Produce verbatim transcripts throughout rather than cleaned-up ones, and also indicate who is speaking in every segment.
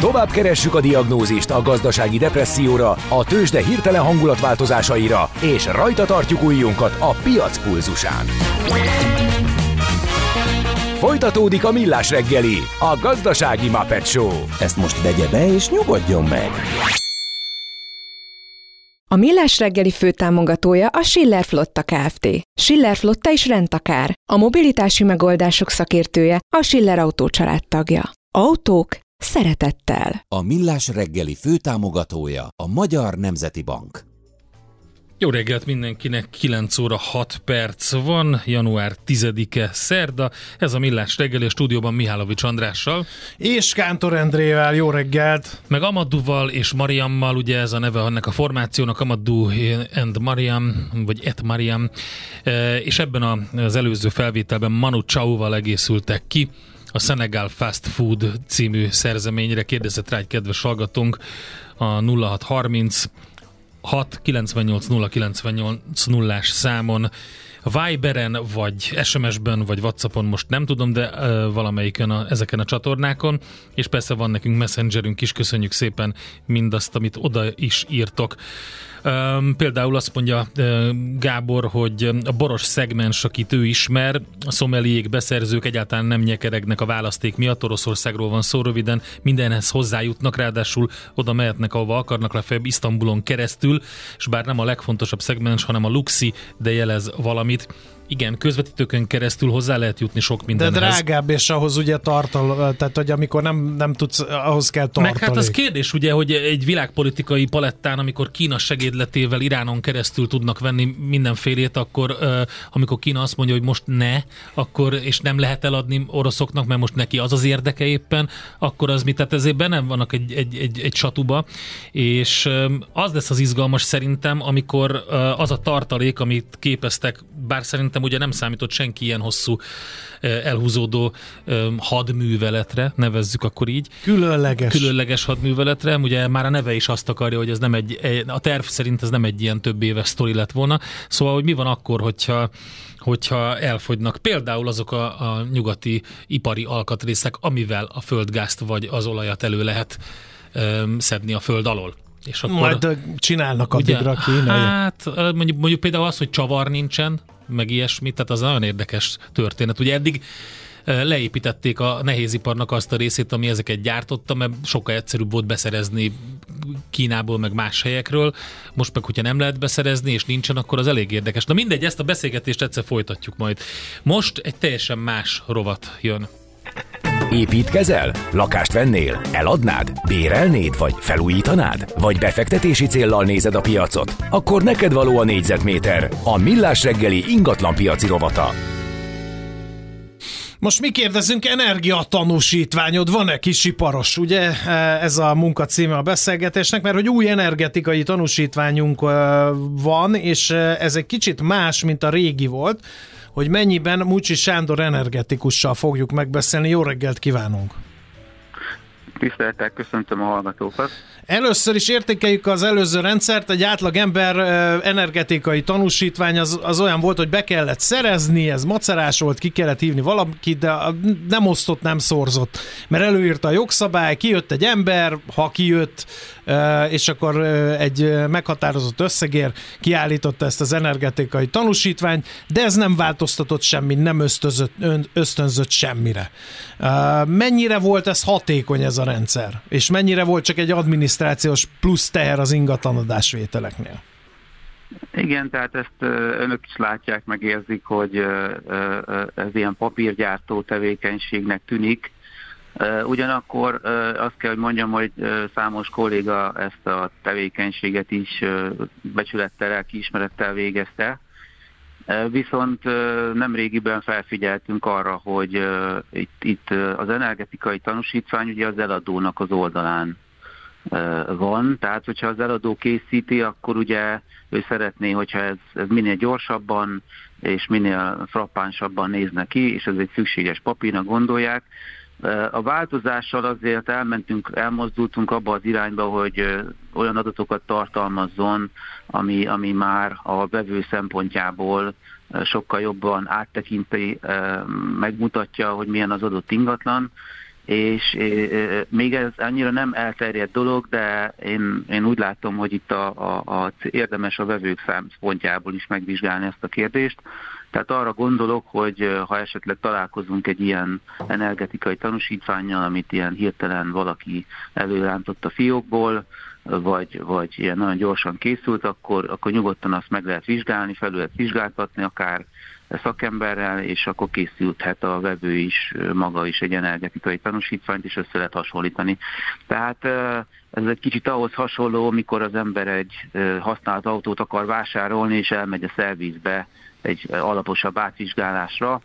Speaker 1: Tovább keressük a diagnózist a gazdasági depresszióra, a tőzsde hirtelen hangulatváltozásaira, és rajta tartjuk ujjunkat a piac pulzusán. Folytatódik a Millás reggeli, a gazdasági Muppet Show.
Speaker 2: Ezt most vegye be és nyugodjon meg!
Speaker 3: A Millás reggeli főtámogatója a Schiller Flotta Kft. Schiller Flotta is rendtakár. A mobilitási megoldások szakértője, a Schiller Autó család tagja. Autók szeretettel.
Speaker 2: A Millás reggeli főtámogatója a Magyar Nemzeti Bank.
Speaker 4: Jó reggelt mindenkinek, kilenc óra hat perc van, január tizedike szerda, ez a Millás reggeli, a stúdióban Mihálovics Andrással.
Speaker 5: És Kántor Endrével, jó reggelt!
Speaker 4: Meg Amadouval és Mariammal, ugye ez a neve ennek a formációnak, Amadou and Mariam, vagy et Mariam, és ebben az előző felvételben Manu Chaóval egészültek ki a Senegal Fast Food című szerzeményre. Kérdezett rá egy kedves hallgatónk a nulla hat harminc hat kilencvennyolc nulla kilencvennyolc nullás számon, Viberen, vagy es em es-ben, vagy WhatsAppon, most nem tudom, de uh, valamelyiken a, ezeken a csatornákon, és persze van nekünk messengerünk is, köszönjük szépen mindazt, amit oda is írtok. Um, például azt mondja uh, Gábor, hogy a boros szegmens, akit ő ismer, a szomeliék, beszerzők egyáltalán nem nyekeregnek a választék miatt, Oroszországról van szó, röviden mindenhez hozzájutnak, ráadásul oda mehetnek, ahova akarnak, legfeljebb Isztambulon keresztül, és bár nem a legfontosabb szegmens, hanem a luxi, de jelez valamit. Igen, közvetítőkön keresztül hozzá lehet jutni sok mindenhez.
Speaker 5: De drágább, és ahhoz ugye tartal, tehát hogy amikor nem, nem tudsz, ahhoz kell tartalék.
Speaker 4: Meg hát az kérdés ugye, hogy egy világpolitikai palettán, amikor Kína segédletével Iránon keresztül tudnak venni mindenfélét, akkor uh, amikor Kína azt mondja, hogy most ne, akkor, és nem lehet eladni oroszoknak, mert most neki az az érdeke éppen, akkor az mi? Tehát ezért benne vannak egy, egy, egy, egy satuba, és um, az lesz az izgalmas szerintem, amikor uh, az a tartalék, amit képeztek, bár szerintem ugye nem számított senki ilyen hosszú elhúzódó hadműveletre, nevezzük akkor így.
Speaker 5: Különleges.
Speaker 4: Különleges hadműveletre. Ugye már a neve is azt akarja, hogy ez nem egy, a terv szerint ez nem egy ilyen több éves sztori lett volna. Szóval, hogy mi van akkor, hogyha hogyha elfogynak például azok a, a nyugati ipari alkatrészek, amivel a földgázt vagy az olajat elő lehet um, szedni a föld alól. És akkor,
Speaker 5: majd csinálnak addigra a kínai.
Speaker 4: Hát mondjuk, mondjuk például az, hogy csavar nincsen, meg ilyesmi, tehát az nagyon érdekes történet. Ugye eddig leépítették a nehéziparnak azt a részét, ami ezeket gyártotta, mert sokkal egyszerűbb volt beszerezni Kínából, meg más helyekről. Most meg, hogyha nem lehet beszerezni, és nincsen, akkor az elég érdekes. Na mindegy, ezt a beszélgetést egyszer folytatjuk majd. Most egy teljesen más rovat jön.
Speaker 1: Építkezel? Lakást vennél? Eladnád? Bérelnéd? Vagy felújítanád? Vagy befektetési céllal nézed a piacot? Akkor neked való a négyzetméter, a Millás reggeli ingatlanpiaci rovata.
Speaker 5: Most mi kérdezünk, energiatanúsítványod van-e, kisiparos? Ugye ez a munka címe a beszélgetésnek, mert hogy új energetikai tanúsítványunk van, és ez egy kicsit más, mint a régi volt, hogy mennyiben Mucsi Sándor energetikussal fogjuk megbeszélni. Jó reggelt kívánunk!
Speaker 6: Tiszteltel, köszöntöm a hallgatókat!
Speaker 5: Először is értékeljük az előző rendszert. Egy átlag ember energetikai tanúsítvány az, az olyan volt, hogy be kellett szerezni, ez macerás volt, ki kellett hívni valakit, de nem osztott, nem szorzott. Mert előírta a jogszabály, kijött egy ember, ha kijött, és akkor egy meghatározott összegért kiállította ezt az energetikai tanúsítványt, de ez nem változtatott semmit, nem ösztönzött, ösztönzött semmire. Mennyire volt ez hatékony ez a rendszer? És mennyire volt csak egy adminisztrációs plusz teher az ingatlanadásvételeknél?
Speaker 6: Igen, tehát ezt önök is látják, megérzik, hogy ez ilyen papírgyártó tevékenységnek tűnik. Ugyanakkor azt kell, hogy mondjam, hogy számos kolléga ezt a tevékenységet is becsülettel, lelkiismerettel végezte. Viszont nemrégiben felfigyeltünk arra, hogy itt, itt az energetikai tanúsítvány ugye az eladónak az oldalán van, tehát hogyha az eladó készíti, akkor ugye ő szeretné, hogyha ez, ez minél gyorsabban és minél frappánsabban nézne ki, és ez egy szükséges papírnak gondolják. A változással azért elmentünk, elmozdultunk abba az irányba, hogy olyan adatokat tartalmazzon, ami, ami már a vevő szempontjából sokkal jobban áttekinti, megmutatja, hogy milyen az adott ingatlan, és még ez annyira nem elterjedt dolog, de én, én úgy látom, hogy itt a, a, a érdemes a vevők szempontjából is megvizsgálni ezt a kérdést. Tehát arra gondolok, hogy ha esetleg találkozunk egy ilyen energetikai tanúsítvánnyal, amit ilyen hirtelen valaki előrántott a fiókból, vagy, vagy ilyen nagyon gyorsan készült, akkor, akkor nyugodtan azt meg lehet vizsgálni, fel lehet vizsgáltatni akár szakemberrel, és akkor készülhet a vevő is, maga is egy energetikai tanúsítványt, és össze lehet hasonlítani. Tehát ez egy kicsit ahhoz hasonló, mikor az ember egy használt autót akar vásárolni, és elmegy a szervizbe egy alaposabb átvizsgálásra.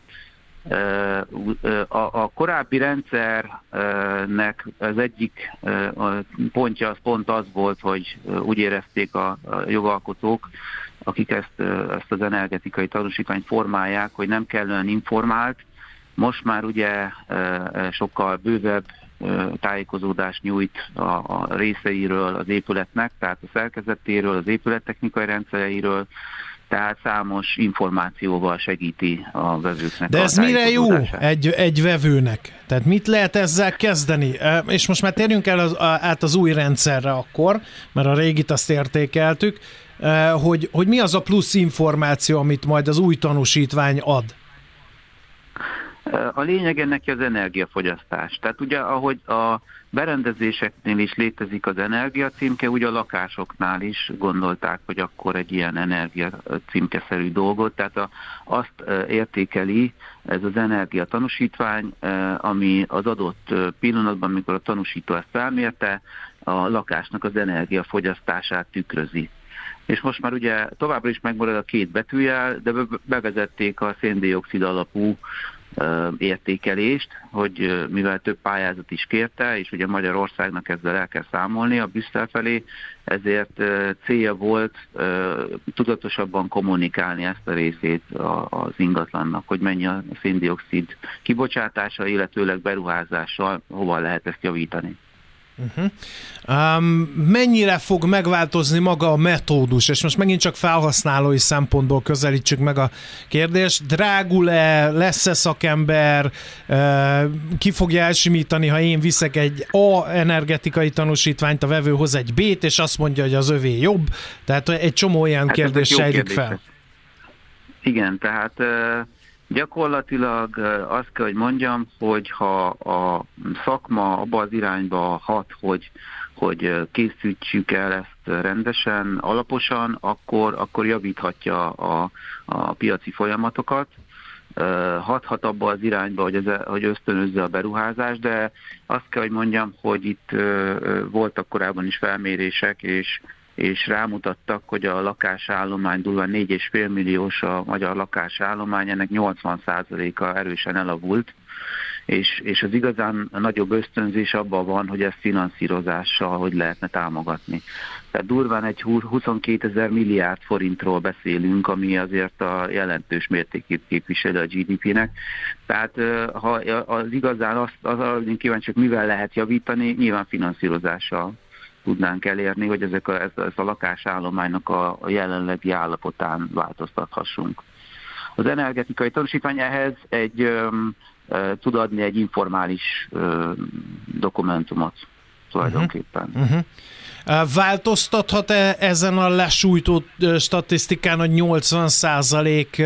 Speaker 6: A, a korábbi rendszernek az egyik pontja az pont az volt, hogy úgy érezték a, a jogalkotók, akik ezt, ezt az energetikai tanúsítványt formálják, hogy nem kellően informált. Most már ugye sokkal bővebb tájékozódást nyújt a, a részeiről az épületnek, tehát a szerkezetéről, az épülettechnikai rendszereiről, tehát számos információval segíti a vevőknek.
Speaker 5: De ez mire jó egy, egy vevőnek? Tehát mit lehet ezzel kezdeni? És most már térjünk el az, át az új rendszerre akkor, mert a régit azt értékeltük, hogy, hogy mi az a plusz információ, amit majd az új tanúsítvány ad?
Speaker 6: A lényeg ennek az energiafogyasztás. Tehát ugye, ahogy a berendezéseknél is létezik az energiacímke, ugye a lakásoknál is gondolták, hogy akkor egy ilyen energiacímkeszerű dolgot, tehát a, azt értékeli ez az energiatanúsítvány, ami az adott pillanatban, amikor a tanúsító ezt felmérte, a lakásnak az energiafogyasztását tükrözi. És most már ugye továbbra is megmarad a két betűjel, de bevezették a széndioxid alapú értékelést, hogy mivel több pályázat is kérte, és ugye Magyarországnak ezzel el kell számolni a Brüsszel felé, ezért célja volt tudatosabban kommunikálni ezt a részét az ingatlannak, hogy mennyi a széndioxid kibocsátása, illetőleg beruházással hova lehet ezt javítani.
Speaker 5: Uh-huh. Um, mennyire fog megváltozni maga a metódus, és most megint csak felhasználói szempontból közelítsük meg a kérdést, drágul-e, lesz-e szakember, uh, ki fogja elsimítani, ha én viszek egy A energetikai tanúsítványt, a vevő hoz egy B-t, és azt mondja, hogy az övé jobb, tehát egy csomó ilyen hát kérdés sejlik fel.
Speaker 6: Igen, tehát uh... gyakorlatilag azt kell, hogy mondjam, hogy ha a szakma abba az irányba hat, hogy, hogy készítsük el ezt rendesen, alaposan, akkor, akkor javíthatja a, a piaci folyamatokat. Hathat abba az irányba, hogy, ez, hogy ösztönözze a beruházást, de azt kell, hogy mondjam, hogy itt voltak korábban is felmérések, és és rámutattak, hogy a lakásállomány durván négy egész öt milliós a magyar lakásállomány, ennek nyolcvan százaléka erősen elavult, és, és az igazán nagyobb ösztönzés abban van, hogy ezt finanszírozással hogy lehetne támogatni. Tehát durván egy huszonkétezer milliárd forintról beszélünk, ami azért a jelentős mértékét képviseli a gé dé pének. Tehát ha az igazán azt, az arra kíváncsiak, mivel lehet javítani, nyilván finanszírozással tudnánk elérni, hogy ezek a, ez, ez a lakásállománynak a, a jelenlegi állapotán változtathassunk. Az energetikai tanúsítvány ehhez egy öm, e, tud adni egy informális öm, dokumentumot tulajdonképpen.
Speaker 5: Uh-huh. Uh-huh. Változtathat-e ezen a lesújtó statisztikán, hogy nyolcvan százalék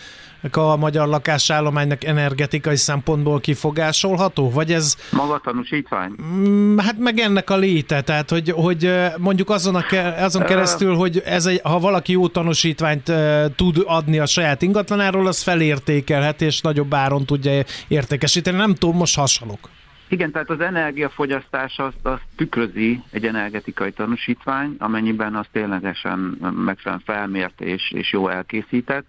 Speaker 5: a magyar lakásállománynak energetikai szempontból kifogásolható? Vagy ez...
Speaker 6: Maga tanúsítvány?
Speaker 5: Hát meg ennek a léte, tehát hogy, hogy mondjuk azon, a, azon keresztül, hogy ez egy, ha valaki jó tanúsítványt uh, tud adni a saját ingatlanáról, az felértékelhet, és nagyobb áron tudja értékesíteni. Nem tudom, most hasalok.
Speaker 6: Igen, tehát az energiafogyasztás azt, azt tükrözi egy energetikai tanúsítvány, amennyiben az ténylegesen megfelelően felmért és, és jó elkészített.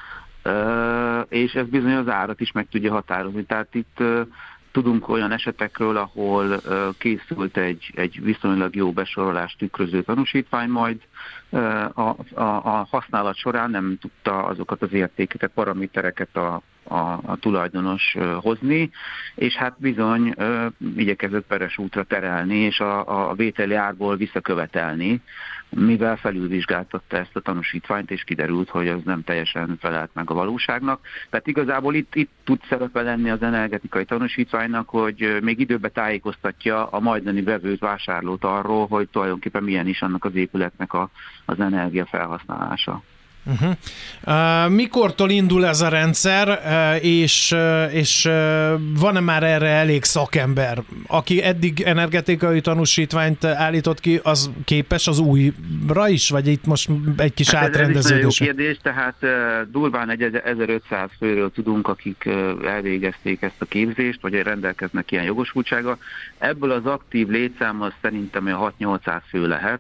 Speaker 6: Uh, és ez bizony az árat is meg tudja határozni. Tehát itt uh, tudunk olyan esetekről, ahol uh, készült egy, egy viszonylag jó besorolást tükröző tanúsítvány, majd uh, a, a, a használat során nem tudta azokat az értékeket, paramétereket a, a, a tulajdonos hozni, és hát bizony igyekezett peres útra terelni, és a, a vételi árból visszakövetelni, mivel felülvizsgáltatta ezt a tanúsítványt, és kiderült, hogy az nem teljesen felelt meg a valóságnak. Tehát igazából itt, itt tud szerepe lenni az energetikai tanúsítványnak, hogy még időben tájékoztatja a majdani vevőt, vásárlót arról, hogy tulajdonképpen milyen is annak az épületnek a, az energia felhasználása.
Speaker 5: Uh-huh. Uh, mikortól indul ez a rendszer, uh, és, uh, és uh, van-e már erre elég szakember? Aki eddig energetikai tanúsítványt állított ki, az képes az újra is? Vagy itt most egy kis hát átrendeződés?
Speaker 6: Ez is nagyon jó kérdés, tehát uh, durván egy ezerötszáz főről tudunk, akik uh, elvégezték ezt a képzést, vagy rendelkeznek ilyen jogosultsága. Ebből az aktív létszám az szerintem olyan hat-nyolcszáz fő lehet,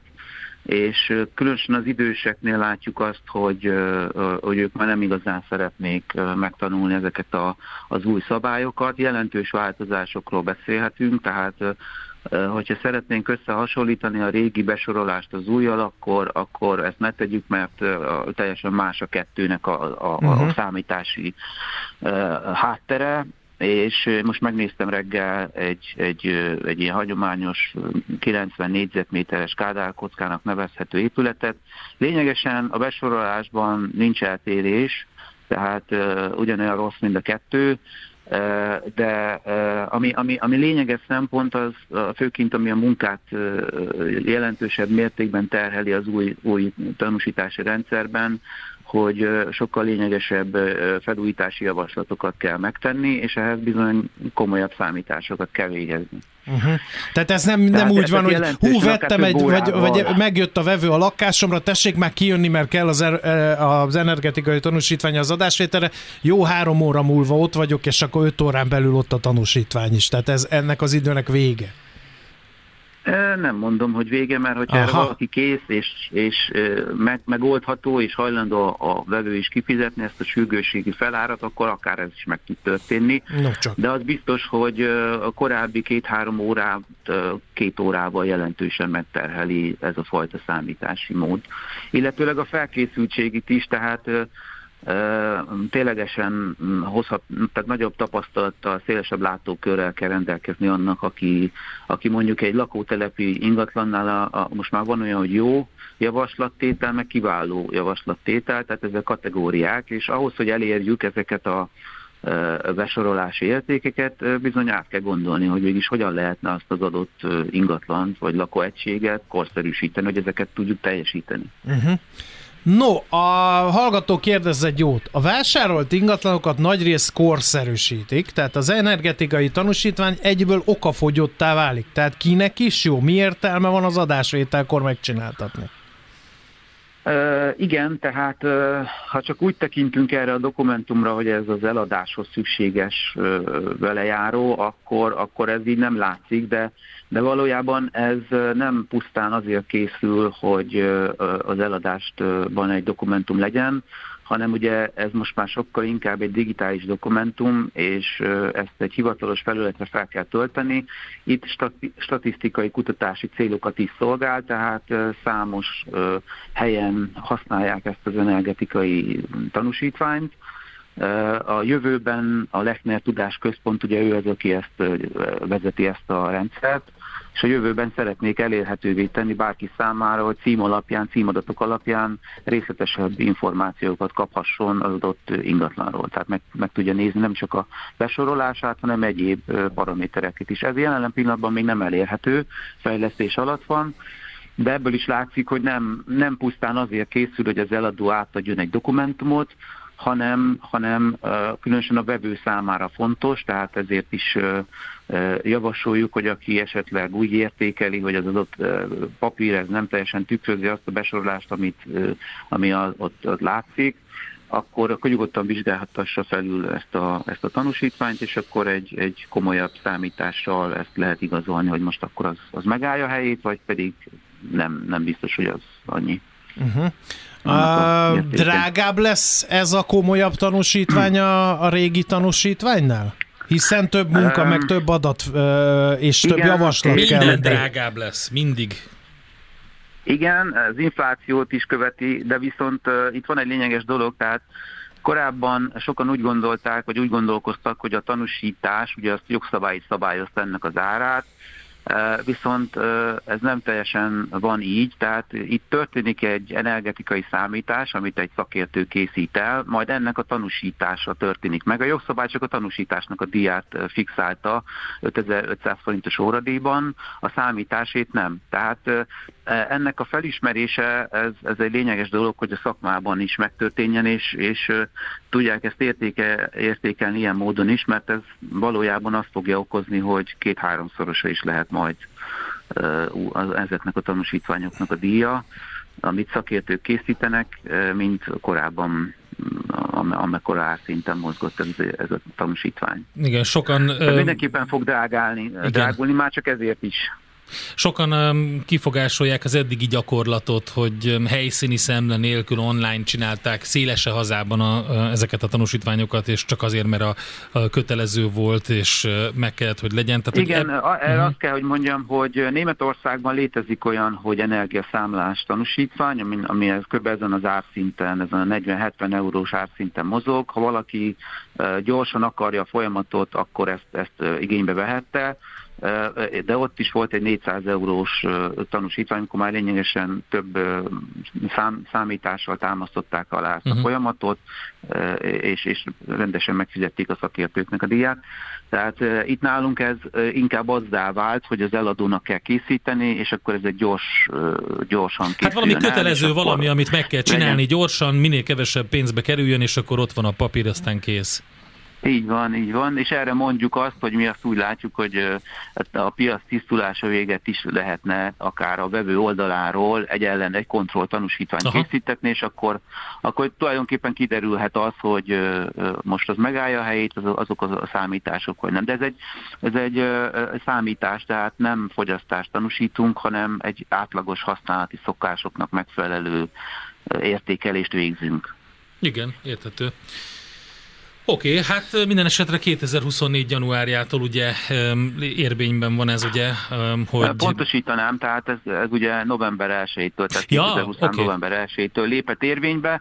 Speaker 6: és különösen az időseknél látjuk azt, hogy, hogy ők már nem igazán szeretnék megtanulni ezeket a, az új szabályokat. Jelentős változásokról beszélhetünk, tehát hogyha szeretnénk összehasonlítani a régi besorolást az újjal, akkor, akkor ezt ne tegyük, mert teljesen más a kettőnek a, a, uh-huh. a számítási háttere. És most megnéztem reggel egy, egy, egy ilyen hagyományos kilencven négyzetméteres Kádár kockának nevezhető épületet. Lényegesen a besorolásban nincs eltérés, tehát uh, ugyanolyan rossz, mint a kettő, uh, de uh, ami, ami, ami lényeges szempont az uh, főként, ami a munkát uh, jelentősebb mértékben terheli az új, új tanúsítási rendszerben, hogy sokkal lényegesebb felújítási javaslatokat kell megtenni, és ehhez bizony komolyabb számításokat kell végezni.
Speaker 5: Uh-huh. Tehát ez nem, nem úgy van, hogy hú, vettem egy, vagy, vagy megjött a vevő a lakásomra, tessék már kijönni, mert kell az, er, az energetikai tanúsítvány az adásvételre. Jó, három óra múlva ott vagyok, és akkor öt órán belül ott a tanúsítvány is. Tehát ez ennek az időnek vége.
Speaker 6: Nem mondom, hogy vége, mert hogyha erre valaki kész, és, és meg, megoldható, és hajlandó a vevő is kifizetni ezt a sürgősségi felárat, akkor akár ez is meg tud történni.
Speaker 5: No, csak.
Speaker 6: De az biztos, hogy a korábbi két-három órát két órával jelentősen megterheli ez a fajta számítási mód. Illetőleg a felkészültségit is, tehát ténylegesen hozhat, tehát nagyobb tapasztalattal, szélesebb látókörrel kell rendelkezni annak, aki, aki mondjuk egy lakótelepi ingatlannál a, a, most már van olyan, hogy jó javaslattétel, meg kiváló javaslattétel, tehát ezek kategóriák, és ahhoz, hogy elérjük ezeket a besorolási értékeket, bizony át kell gondolni, hogy mégis hogyan lehetne azt az adott ingatlant, vagy lakóegységet korszerűsíteni, hogy ezeket tudjuk teljesíteni.
Speaker 5: Uh-huh. No, a hallgató kérdez egy jót. A vásárolt ingatlanokat nagyrészt korszerűsítik, tehát az energetikai tanúsítvány egyből okafogyottá válik. Tehát kinek is jó? Mi értelme van az adásvételkor megcsináltatni?
Speaker 6: Uh, igen, tehát uh, ha csak úgy tekintünk erre a dokumentumra, hogy ez az eladáshoz szükséges uh, velejáró, akkor, akkor ez így nem látszik, de, de valójában ez uh, nem pusztán azért készül, hogy uh, az eladástban egy dokumentum legyen, hanem ugye ez most már sokkal inkább egy digitális dokumentum, és ezt egy hivatalos felületre fel kell tölteni. Itt stati- statisztikai kutatási célokat is szolgál, tehát számos helyen használják ezt az energetikai tanúsítványt. A jövőben a Lechner Tudásközpont, ugye ő az, aki ezt vezeti ezt a rendszert, és a jövőben szeretnék elérhetővé tenni bárki számára, hogy cím alapján, címadatok alapján részletesebb információkat kaphasson az adott ingatlanról. Tehát meg, meg tudja nézni nem csak a besorolását, hanem egyéb paramétereket is. Ez jelen pillanatban még nem elérhető, fejlesztés alatt van, de ebből is látszik, hogy nem, nem pusztán azért készül, hogy az eladó átadjon egy dokumentumot, hanem, hanem különösen a vevő számára fontos, tehát ezért is javasoljuk, hogy aki esetleg úgy értékeli, hogy az adott papír ez nem teljesen tükrözi azt a besorolást, amit, ami az, ott, ott látszik, akkor, akkor nyugodtan vizsgálhattassa felül ezt a, ezt a tanúsítványt, és akkor egy, egy komolyabb számítással ezt lehet igazolni, hogy most akkor az, az megállja a helyét, vagy pedig nem, nem biztos, hogy az annyi.
Speaker 5: Uh-huh. Uh, drágább lesz ez a komolyabb tanúsítvány a, a régi tanúsítványnál? Hiszen több munka, um, meg több adat uh, és igen, több javaslat
Speaker 4: minden
Speaker 5: kell.
Speaker 4: Minden drágább lesz, mindig.
Speaker 6: Igen, az inflációt is követi, de viszont uh, itt van egy lényeges dolog, tehát Korábban sokan úgy gondolták, vagy úgy gondolkoztak, hogy a tanúsítás, ugye azt jogszabályi szabályozta ennek az árát, viszont ez nem teljesen van így, tehát itt történik egy energetikai számítás, amit egy szakértő készít el, majd ennek a tanúsítása történik meg. A jogszabály csak a tanúsításnak a díját fixálta ötezer-ötszáz forintos óradíjban, a számításét nem. Tehát ennek a felismerése, ez, ez egy lényeges dolog, hogy a szakmában is megtörténjen, és, és tudják ezt értéke, értékelni ilyen módon is, mert ez valójában azt fogja okozni, hogy két-háromszorosa is lehet majd uh, ezeknek a tanúsítványoknak a díja, amit szakértők készítenek, mint korábban, amekkora árszinten mozgott ez, ez a tanúsítvány.
Speaker 4: Igen, sokan...
Speaker 6: Tehát mindenképpen fog drágálni, drágulni, már csak ezért is.
Speaker 4: Sokan um, kifogásolják az eddigi gyakorlatot, hogy um, helyszíni szemle nélkül online csinálták szélese hazában a, a, ezeket a tanúsítványokat, és csak azért, mert a, a kötelező volt, és uh, meg kellett, hogy legyen. Tehát,
Speaker 6: igen,
Speaker 4: hogy eb...
Speaker 6: a, erre uh-huh. azt kell, hogy mondjam, hogy Németországban létezik olyan, hogy energiaszámlás tanúsítvány, ami, ami ez kb. Ezen az árszinten, ezen a negyven-hetven eurós árszinten mozog. Ha valaki uh, gyorsan akarja a folyamatot, akkor ezt, ezt uh, igénybe vehette. De ott is volt egy négyszáz eurós tanúsítvány, amikor már lényegesen több szám, számítással támasztották alá ezt a uh-huh. folyamatot, és, és rendesen megfizették a szakértőknek a díját. Tehát itt nálunk ez inkább azzá vált, hogy az eladónak kell készíteni, és akkor ez egy gyors, gyorsan készüljön.
Speaker 4: Hát valami kötelező
Speaker 6: el,
Speaker 4: valami, amit meg kell csinálni legyen. Gyorsan, minél kevesebb pénzbe kerüljön, és akkor ott van a papír, aztán kész.
Speaker 6: Így van, így van, és erre mondjuk azt, hogy mi azt úgy látjuk, hogy a piac tisztulása véget is lehetne akár a vevő oldaláról egy ellen egy kontroll tanúsítványt Aha. készítetni, és akkor, akkor tulajdonképpen kiderülhet az, hogy most az megállja a helyét, azok a számítások, vagy nem. De ez egy, ez egy számítás, tehát nem fogyasztást tanúsítunk, hanem egy átlagos használati szokásoknak megfelelő értékelést végzünk.
Speaker 4: Igen, érthető. Oké, okay, hát minden esetre kétezer-huszonnégy januárjától ugye érvényben van ez, ugye, hogy...
Speaker 6: Pontosítanám, tehát ez, ez ugye november elsejétől, tehát
Speaker 4: ja,
Speaker 6: kétezer-húsz
Speaker 4: okay.
Speaker 6: november elsejétől lépett érvénybe,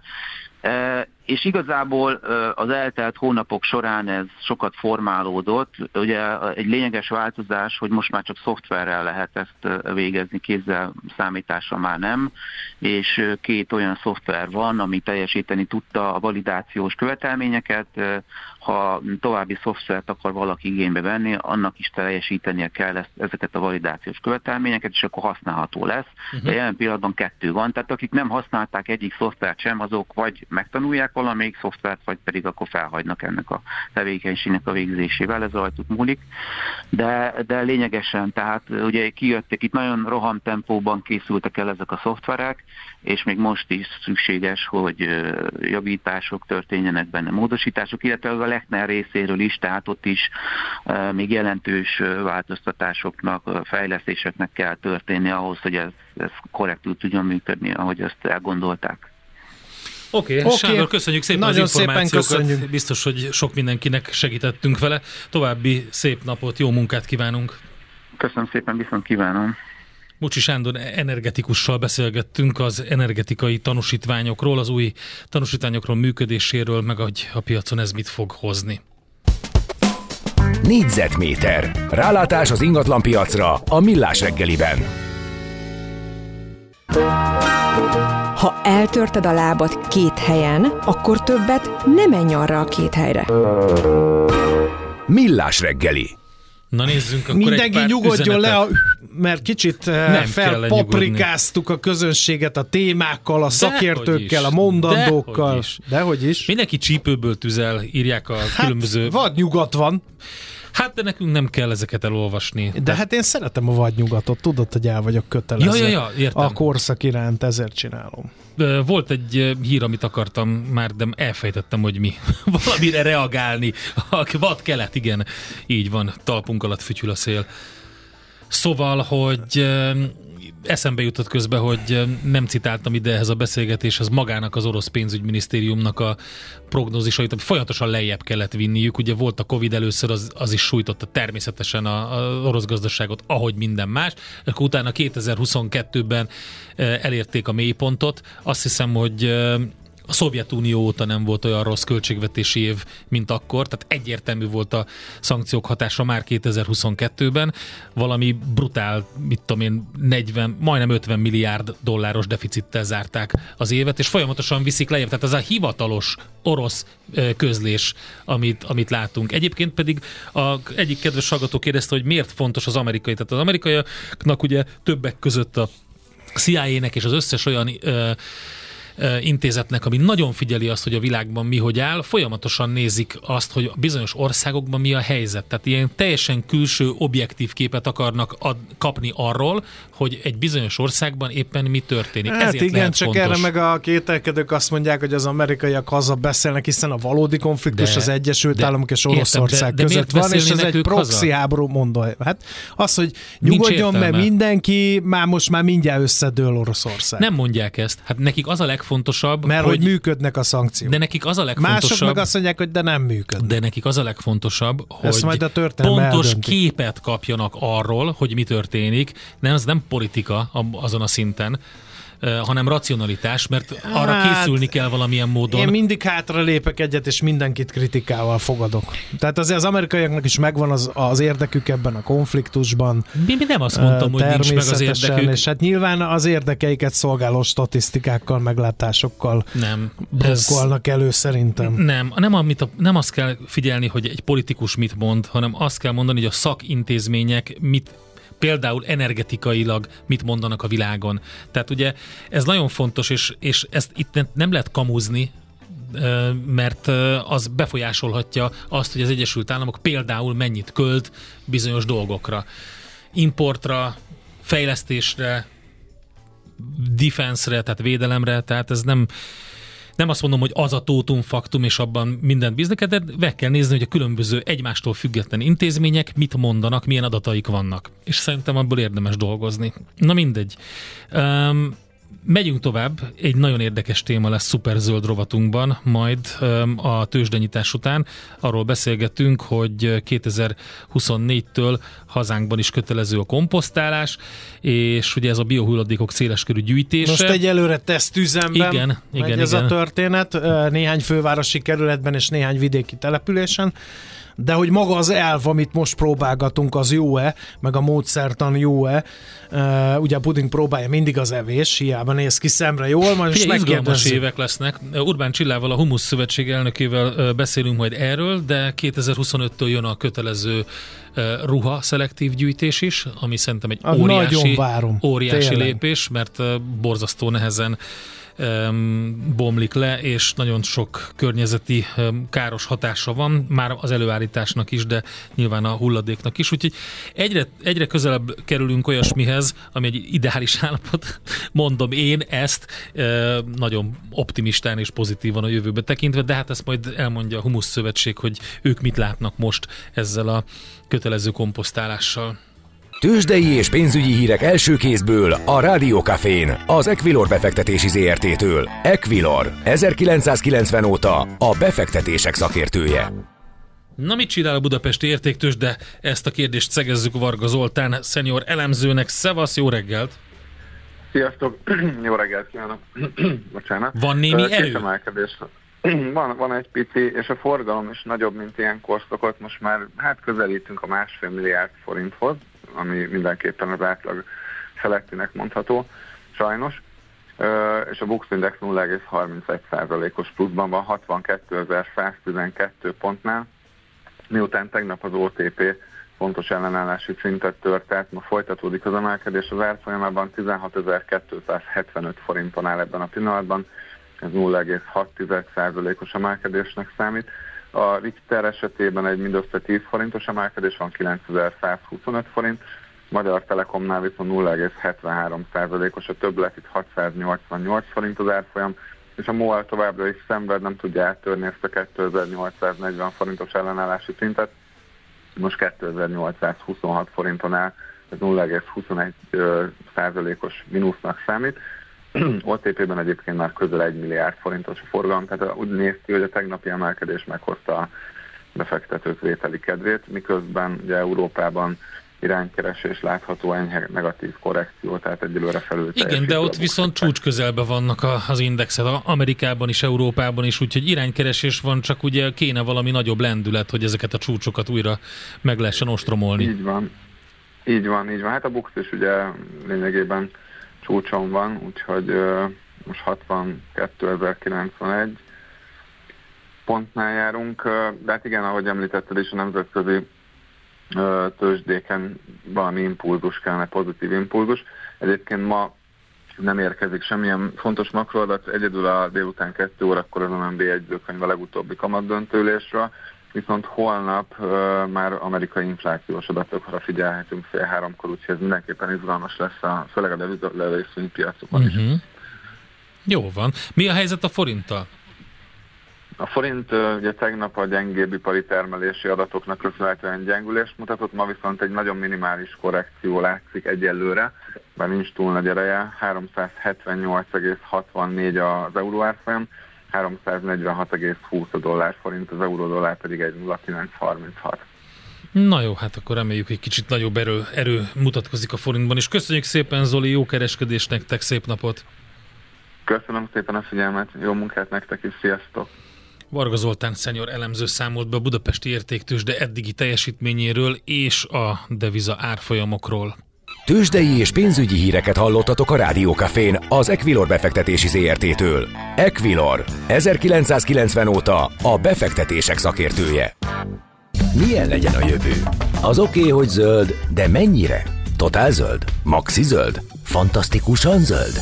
Speaker 6: és igazából az eltelt hónapok során ez sokat formálódott. Ugye egy lényeges változás, hogy most már csak szoftverrel lehet ezt végezni, kézzel számítással már nem, és két olyan szoftver van, ami teljesíteni tudta a validációs követelményeket. Ha további szoftvert akar valaki igénybe venni, annak is teljesítenie kell ezt, ezeket a validációs követelményeket, és akkor használható lesz. Uh-huh. De jelen pillanatban kettő van, tehát akik nem használták egyik szoftvert sem, azok vagy megtanulják valamelyik szoftvert, vagy pedig akkor felhagynak ennek a tevékenységnek a végzésével, ez rajtuk múlik. De, de lényegesen, tehát ugye kijöttek, itt nagyon rohamtempóban készültek el ezek a szoftverek, és még most is szükséges, hogy javítások történjenek benne, módosítások, illetve az a Lechner részéről is, tehát ott is még jelentős változtatásoknak, fejlesztéseknek kell történni ahhoz, hogy ez, ez korrektül tudjon működni, ahogy ezt elgondolták.
Speaker 4: Oké, okay, okay. Sándor, köszönjük szépen
Speaker 5: Nagyon
Speaker 4: az információkat.
Speaker 5: Szépen köszönjük.
Speaker 4: Biztos, hogy sok mindenkinek segítettünk vele. További szép napot, jó munkát kívánunk.
Speaker 6: Köszönöm szépen, viszont kívánom.
Speaker 4: Mucsi Sándor energetikussal beszélgettünk az energetikai tanúsítványokról, az új tanúsítványokról, működéséről, meg hogy a piacon ez mit fog hozni.
Speaker 1: Négyzetméter. Rálátás az ingatlanpiacra a Millás reggeliben.
Speaker 3: Ha eltörted a lábad két helyen, akkor többet nem menj arra a két helyre.
Speaker 1: Millás reggeli.
Speaker 4: Na nézzünk, akkor
Speaker 5: mindenki
Speaker 4: egy pár
Speaker 5: nyugodjon
Speaker 4: üzenetet.
Speaker 5: le, a, mert kicsit felpaprikáztuk a közönséget a témákkal, a de szakértőkkel, a mondandókkal.
Speaker 4: Dehogy is.
Speaker 5: Dehogy is.
Speaker 4: Mindenki csípőből tüzel, írják a
Speaker 5: hát,
Speaker 4: különböző...
Speaker 5: vadnyugat van.
Speaker 4: Hát, de nekünk nem kell ezeket elolvasni.
Speaker 5: De,
Speaker 4: de
Speaker 5: hát én szeretem a vadnyugatot, tudod, hogy el vagyok kötelezve.
Speaker 4: Ja, ja, ja, értem.
Speaker 5: A korszak iránt, ezért csinálom.
Speaker 4: Volt egy hír, amit akartam már, de elfejtettem, hogy mi. Valamire reagálni. A vad kelet, igen. Így van, talpunk alatt fütyül a szél. Szóval, hogy eszembe jutott közben, hogy nem citáltam ide ehhez a beszélgetéshez magának az orosz pénzügyminisztériumnak a prognózisait, ami folyamatosan lejjebb kellett vinniük. Ugye volt a Covid először, az, az is sújtotta természetesen az orosz gazdaságot, ahogy minden más. Akkor utána kétezer-huszonkettőben elérték a mélypontot. Azt hiszem, hogy a Szovjetunió óta nem volt olyan rossz költségvetési év, mint akkor, tehát egyértelmű volt a szankciók hatása már kétezer-huszonkettőben, valami brutál, mit tudom én, negyven, majdnem ötven milliárd dolláros deficittel zárták az évet, és folyamatosan viszik lejjebb, tehát ez a hivatalos orosz közlés, amit, amit látunk. Egyébként pedig a egyik kedves hallgató kérdezte, hogy miért fontos az amerikai, tehát az amerikaiaknak ugye többek között a C I A-nek és az összes olyan ö, ö, intézetnek, ami nagyon figyeli azt, hogy a világban mi hogy áll, folyamatosan nézik azt, hogy bizonyos országokban mi a helyzet. Tehát ilyen teljesen külső, objektív képet akarnak ad, kapni arról, hogy egy bizonyos országban éppen mi történik.
Speaker 5: Hát
Speaker 4: ezért
Speaker 5: igen,
Speaker 4: lehet
Speaker 5: csak
Speaker 4: fontos.
Speaker 5: erre meg a kételkedők azt mondják, hogy az amerikaiak haza beszélnek, hiszen a valódi konfliktus
Speaker 4: de,
Speaker 5: az Egyesült
Speaker 4: de,
Speaker 5: Államok és Oroszország
Speaker 4: értem, de, de
Speaker 5: között van, és ez egy proxy
Speaker 4: haza?
Speaker 5: háború, mondom. Hát az, hogy nyugodjon meg mindenki, már most már mindjárt összedől Oroszország.
Speaker 4: Nem mondják ezt. Hát nekik az a legfontosabb,
Speaker 5: mert hogy,
Speaker 4: hogy
Speaker 5: működnek a szankciók.
Speaker 4: De nekik az a legfontosabb.
Speaker 5: Mások meg azt mondják, hogy de nem működnek.
Speaker 4: De nekik az a legfontosabb,
Speaker 5: ezt
Speaker 4: hogy pontos eldönti. képet kapjanak arról, hogy mi történik. Nem, ez nem politika azon a szinten, hanem racionalitás, mert arra hát, készülni kell valamilyen módon.
Speaker 5: Én mindig hátra lépek egyet, és mindenkit kritikával fogadok. Tehát azért az amerikaiaknak is megvan az, az érdekük ebben a konfliktusban.
Speaker 4: Mi, mi nem azt mondtam, hogy nincs meg az érdekük.
Speaker 5: És hát nyilván az érdekeiket szolgáló statisztikákkal, meglátásokkal
Speaker 4: nem
Speaker 5: blokkolnak elő szerintem.
Speaker 4: Nem, nem, amit a, nem azt kell figyelni, hogy egy politikus mit mond, hanem azt kell mondani, hogy a szakintézmények mit például energetikailag mit mondanak a világon. Tehát ugye ez nagyon fontos, és, és ezt itt nem lehet kamuzni, mert az befolyásolhatja azt, hogy az Egyesült Államok például mennyit költ bizonyos dolgokra. Importra, fejlesztésre, defense-re, tehát védelemre, tehát ez nem Nem azt mondom, hogy az a tótum faktum, és abban mindent bízni kell, de meg kell nézni, hogy a különböző egymástól független intézmények mit mondanak, milyen adataik vannak. És szerintem abból érdemes dolgozni. Na mindegy. Um, megyünk tovább. Egy nagyon érdekes téma lesz szuperzöld rovatunkban, majd um, a tőzsdenyítás után. Arról beszélgetünk, hogy kétezer-huszonnégytől hazánkban is kötelező a komposztálás, és ugye ez a biohulladékok széleskörű gyűjtése.
Speaker 5: Most egyelőre tesztüzemben
Speaker 4: igen,
Speaker 5: megy
Speaker 4: igen,
Speaker 5: ez
Speaker 4: igen.
Speaker 5: a történet, néhány fővárosi kerületben és néhány vidéki településen, de hogy maga az elv, amit most próbálgatunk, az jó-e, meg a módszertan jó-e, uh, ugye a puding próbálja mindig az evés, hiába néz ki szemre jól, majd most
Speaker 4: izgalmas évek lesznek. Urbán Csillával, a Humusz Szövetség elnökével beszélünk majd erről, de kétezer-huszonöttől jön a kötelező ruha szelektív gyűjtés is, ami szerintem egy
Speaker 5: a
Speaker 4: óriási,
Speaker 5: várom,
Speaker 4: óriási lépés, mert borzasztó nehezen bomlik le, és nagyon sok környezeti káros hatása van, már az előállításnak is, de nyilván a hulladéknak is, úgyhogy egyre, egyre közelebb kerülünk olyasmihez, ami egy ideális állapot, mondom én ezt nagyon optimistán és pozitívan a jövőbe tekintve, de hát ezt majd elmondja a Humusz Szövetség, hogy ők mit látnak most ezzel a kötelező komposztálással.
Speaker 1: Tőzsdei és pénzügyi hírek első kézből a Rádió Cafén, az Equilor befektetési zé er té-től. Equilor, ezerkilencszázkilencven óta a befektetések szakértője.
Speaker 4: Na, mit csinál a budapesti értéktőzsde? Ezt a kérdést szegezzük Varga Zoltán szenior elemzőnek. Szevasz, jó reggelt!
Speaker 7: Sziasztok! Jó reggelt kívánok! Bocsánat.
Speaker 4: Van némi erő?
Speaker 7: Van, van egy pici, és a forgalom is nagyobb, mint ilyenkor szokott. Most már hát közelítünk a másfél milliárd forinthoz, ami mindenképpen az átlag felettinek mondható, sajnos. És a Bux Index nulla egész harmincegy százalékos pluszban van, hatvankétezer-száztizenkettő pontnál, miután tegnap az o té pé fontos ellenállási szintet tört, tehát ma folytatódik az emelkedés, az árfolyamában tizenhatezer-kétszázhetvenöt forinton áll ebben a pillanatban, ez nulla egész hat százalékos emelkedésnek számít. A Richter esetében egy mindössze tíz forintos emelkedés van, kilencezer-százhuszonöt forint, Magyar Telekomnál viszont nulla egész hetvenhárom százalékos a többlet, itt hatszáznyolcvannyolc forint az árfolyam, és a MOL továbbra is szenved, nem tudja áttörni ezt a kétezer-nyolcszáznegyven forintos ellenállási szintet, most kétezer-nyolcszázhuszonhat forinton áll, ez nulla egész huszonegy százalékos mínusznak számít. o té pében egyébként már közel egy milliárd forintos a forgalom, tehát úgy néz ki, hogy a tegnapi emelkedés meghozta a befektetők vételi kedvét, miközben ugye Európában iránykeresés látható, enyhe negatív korrekció, tehát egyelőre felül.
Speaker 4: Igen, de ott viszont csúcs közelben vannak a, az indexek, Amerikában is, Európában is, úgyhogy iránykeresés van, csak ugye kéne valami nagyobb lendület, hogy ezeket a csúcsokat újra meg lehessen ostromolni.
Speaker 7: Így van. Így van, így van. Hát a Bux is ugye lényegében csúcson van, úgyhogy uh, most hatvankétezer-kilencvenegy pontnál járunk, uh, de hát igen, ahogy említetted is, a nemzetközi uh, tőzsdéken valami impulzus kellene, pozitív impulzus. Egyébként ma nem érkezik semmilyen fontos makroadat, egyedül a délután kettő órakor az em en bé jegyzőkönyv a legutóbbi kamatdöntőülésről, viszont holnap uh, már amerikai inflációs adatokra figyelhetünk fél háromkor, úgyhogy ez mindenképpen izgalmas lesz, a, főleg a devizalevésvénypiacokon is.
Speaker 4: Uh-huh. Jó van. Mi a helyzet a forinttal?
Speaker 7: A forint uh, ugye tegnap a gyengébb ipari termelési adatoknak köszönhetően gyengülést mutatott, ma viszont egy nagyon minimális korrekció látszik egyelőre, bár nincs túl nagy ereje, háromszázhetvennyolc egész hatvannégy az euró árfolyam, háromszáznegyvenhat egész húsz a dollár forint, az euró dollár pedig egy nulla egész kilenc harminchat.
Speaker 4: Na jó, hát akkor reméljük, hogy kicsit nagyobb erő, erő mutatkozik a forintban, és köszönjük szépen, Zoli, jó kereskedést nektek, szép napot!
Speaker 7: Köszönöm szépen a figyelmet, jó munkát nektek is, sziasztok!
Speaker 4: Varga Zoltán szenior elemző számolt be a budapesti értéktőzsde eddigi teljesítményéről és a deviza árfolyamokról.
Speaker 1: Tőzsdei és pénzügyi híreket hallottatok a Rádió Cafén az Equilor befektetési zé er té-től. Equilor, ezerkilencszázkilencven óta a befektetések szakértője. Milyen legyen a jövő? Az oké, okay, hogy zöld, de mennyire? Totál zöld? Maxi zöld? Fantasztikusan zöld?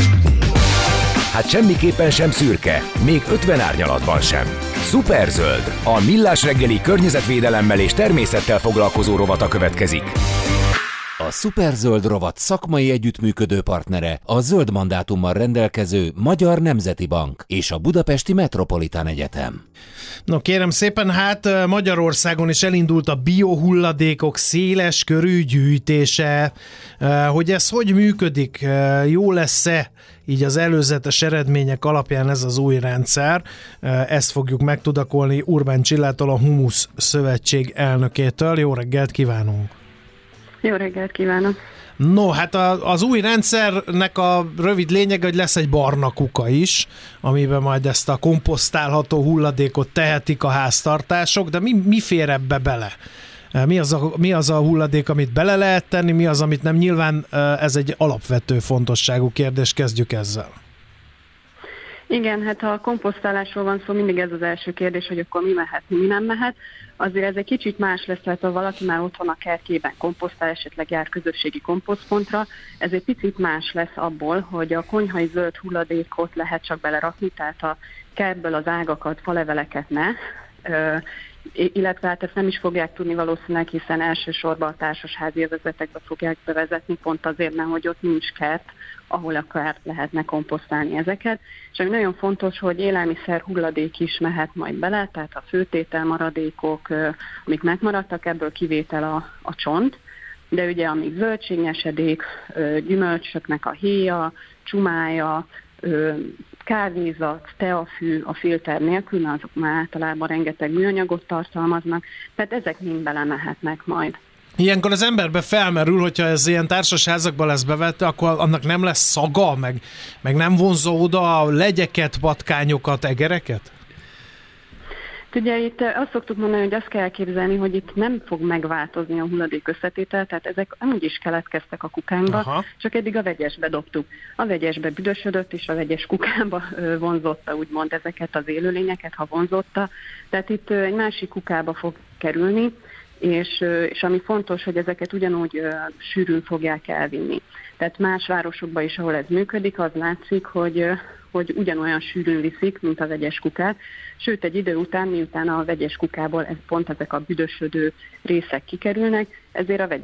Speaker 1: Hát semmiképpen sem szürke, még ötven árnyalatban sem. Szuperzöld, a millás reggeli környezetvédelemmel és természettel foglalkozó rovata következik.
Speaker 2: A Szuperzöld rovat szakmai együttműködő partnere a zöld mandátummal rendelkező Magyar Nemzeti Bank és a Budapesti Metropolitán Egyetem.
Speaker 5: No kérem szépen, hát Magyarországon is elindult a biohulladékok széles körű gyűjtése. Hogy ez hogy működik? Jó lesz-e így az előzetes eredmények alapján ez az új rendszer? Ezt fogjuk megtudakolni Urbán Csillától, a Humusz Szövetség elnökétől. Jó reggelt kívánunk!
Speaker 8: Jó reggelt kívánok!
Speaker 5: No, hát a, az új rendszernek a rövid lényege, hogy lesz egy barna kuka is, amiben majd ezt a komposztálható hulladékot tehetik a háztartások, de mi, mi fér ebbe bele? Mi az, a, mi az a hulladék, amit bele lehet tenni, mi az, amit nem? Nyilván ez egy alapvető fontosságú kérdés, kezdjük ezzel.
Speaker 8: Igen, hát ha a komposztálásról van szó, mindig ez az első kérdés, hogy akkor mi mehet, mi nem mehet. Azért ez egy kicsit más lesz, tehát ha valaki már otthon a kertjében komposztál, esetleg jár közösségi komposztpontra, ez egy picit más lesz abból, hogy a konyhai zöld hulladékot lehet csak belerakni, tehát a kertből az ágakat, faleveleket ne, illetve hát ezt nem is fogják tudni valószínűleg, hiszen elsősorban a társasházi övezetekbe fogják bevezetni, pont azért nem, hogy ott nincs kert, ahol akár lehetne komposztálni ezeket. És ami nagyon fontos, hogy élelmiszer hulladék is mehet majd bele, tehát a főtétel maradékok, amik megmaradtak, ebből kivétel a, a csont, de ugye amíg zöldségnyesedék, gyümölcsöknek a héja, csumája, kávézat, teafű a filter nélkül, azok már általában rengeteg műanyagot tartalmaznak, tehát ezek mind belemehetnek majd.
Speaker 5: Ilyenkor az emberbe felmerül, hogyha ez ilyen társasházakban lesz bevetve, akkor annak nem lesz szaga, meg, meg nem vonzó oda a legyeket, patkányokat, egereket?
Speaker 8: Ugye itt azt szoktuk mondani, hogy azt kell elképzelni, hogy itt nem fog megváltozni a hulladék összetétel, tehát ezek amúgy is keletkeztek a kukánkba, Aha. csak eddig a vegyesbe dobtuk. A vegyesbe büdösödött, és a vegyes kukába vonzotta úgymond ezeket az élőlényeket, ha vonzotta. Tehát itt egy másik kukába fog kerülni, és, és ami fontos, hogy ezeket ugyanúgy uh, sűrűn fogják elvinni. Tehát más városokban is, ahol ez működik, az látszik, hogy, uh, hogy ugyanolyan sűrűn viszik, mint a vegyes kukát. Sőt, egy idő után, miután a vegyes kukából ez pont ezek a büdösödő részek kikerülnek, ezért a vegyes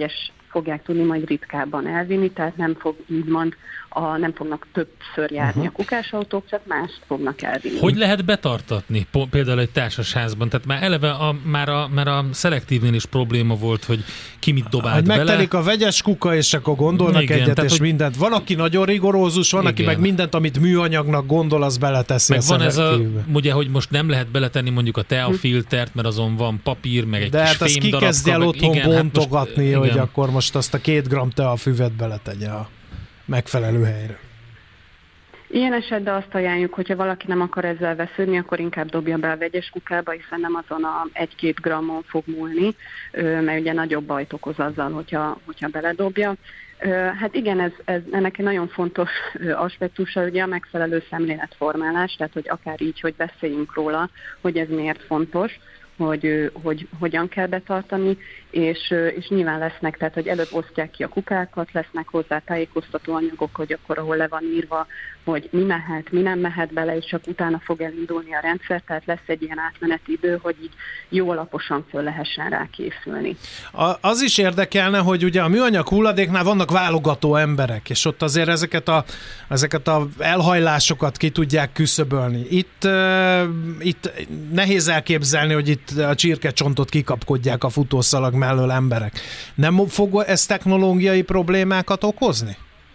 Speaker 8: fogják tudni majd ritkábban elvinni, tehát nem fog úgymond a, nem fognak többször járni uh-huh. a kukásautók, csak mást fognak elvinni.
Speaker 4: Hogy lehet betartatni például egy társasházban? Tehát már eleve a, már, a, már a szelektívnél is probléma volt, hogy ki mit dobált
Speaker 5: hogy
Speaker 4: bele.
Speaker 5: Megtelik a vegyes kuka, és akkor gondolnak igen, egyet, tehát, és hogy... mindent. Van, aki nagyon rigorózus, van, igen. aki meg mindent, amit műanyagnak gondol, az beleteszi meg a van ez a,
Speaker 4: ugye, hogy most nem lehet beletenni mondjuk a teafiltert, mert azon van papír, meg egy
Speaker 5: de
Speaker 4: kis
Speaker 5: hát azt
Speaker 4: fémdarabka.
Speaker 5: ki kezdje el otthon
Speaker 4: igen,
Speaker 5: bontogatni,
Speaker 4: hát most,
Speaker 5: hogy
Speaker 4: igen.
Speaker 5: akkor most azt a két gram teafüvet beletegye a megfelelő helyre.
Speaker 8: Ilyen esetben azt ajánljuk, hogyha valaki nem akar ezzel vesződni, akkor inkább dobja be a vegyes kukába, hiszen nem azon a egy-két grammon fog múlni, mert ugye nagyobb bajt okoz azzal, hogyha, hogyha beledobja. Hát igen, ez, ez ennek egy nagyon fontos aspektusa, ugye a megfelelő szemléletformálás, tehát hogy akár így, hogy beszéljünk róla, hogy ez miért fontos, hogy, hogy hogyan kell betartani, és, és nyilván lesznek, tehát hogy előbb osztják ki a kukákat, lesznek hozzá tájékoztató anyagok, hogy akkor ahol le van írva, hogy mi mehet, mi nem mehet bele, és csak utána fog elindulni a rendszer, tehát lesz egy ilyen átmeneti idő, hogy így jó alaposan föl lehessen rá készülni.
Speaker 5: A, az is érdekelne, hogy ugye a műanyag hulladéknál vannak válogató emberek, és ott azért ezeket a, ezeket a elhajlásokat ki tudják küszöbölni. Itt, uh, itt nehéz elképzelni, hogy itt a csirkecsontot kikapkodják a futószalag mellől emberek. Nem fog ez technológiai problémákat okozni?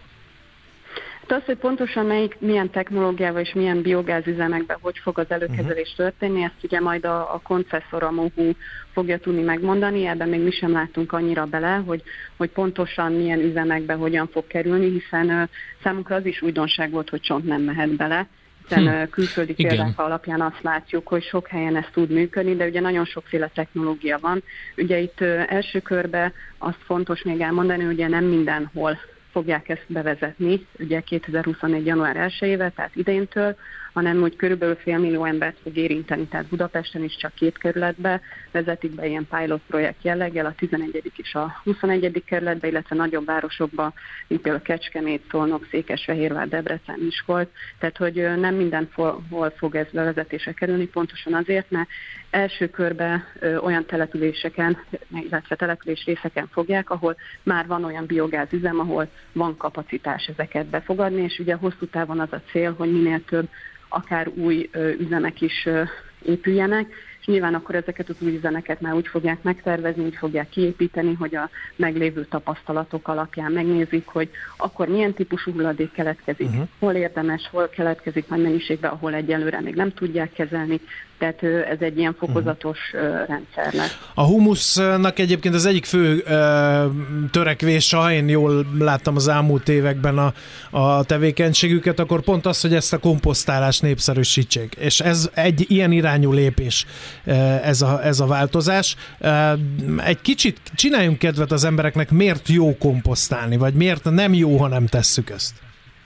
Speaker 8: Hát az, hogy pontosan melyik, milyen technológiával és milyen biogázüzemekben hogy fog az előkezelés történni, ezt ugye majd a, a koncesszor, a MOHU fogja tudni megmondani, ebben még mi sem látunk annyira bele, hogy, hogy pontosan milyen üzemekben hogyan fog kerülni, hiszen uh, számunkra az is újdonság volt, hogy csont nem mehet bele, hiszen hm. külföldi példák alapján azt látjuk, hogy sok helyen ez tud működni, de ugye nagyon sokféle technológia van. Ugye itt uh, első körben azt fontos még elmondani, hogy ugye nem mindenhol fogják ezt bevezetni, ugye kétezer-huszonnégy. január elsejével, tehát idéntől, hanem úgy körülbelül fél millió embert fog érinteni, tehát Budapesten is csak két kerületbe vezetik be ilyen pilot projekt jelleggel, a tizenegyedik és a huszonegyedik kerületbe, illetve nagyobb városokba, mint például Kecskemét, Szolnok, Székesfehérvár, Debrecen, Miskolc, tehát hogy nem mindenhol fog ez bevezetésre kerülni, pontosan azért, mert első körben ö, olyan településeken, illetve település részeken fogják, ahol már van olyan biogázüzem, ahol van kapacitás ezeket befogadni, és ugye hosszú távon az a cél, hogy minél több akár új ö, üzemek is ö, épüljenek, és nyilván akkor ezeket az új üzemeket már úgy fogják megtervezni, úgy fogják kiépíteni, hogy a meglévő tapasztalatok alapján megnézik, hogy akkor milyen típusú hulladék keletkezik, uh-huh. hol érdemes, hol keletkezik nagy mennyiségben, ahol egyelőre még nem tudják kezelni, tehát ez egy ilyen fokozatos uh-huh. rendszer lesz.
Speaker 5: A humusznak egyébként az egyik fő uh, törekvése, ha én jól láttam az elmúlt években a, a tevékenységüket, akkor pont az, hogy ezt a komposztálást népszerűsítsék. És ez egy ilyen irányú lépés, ez a, ez a változás. Egy kicsit csináljunk kedvet az embereknek, miért jó komposztálni, vagy miért nem jó, ha nem tesszük ezt?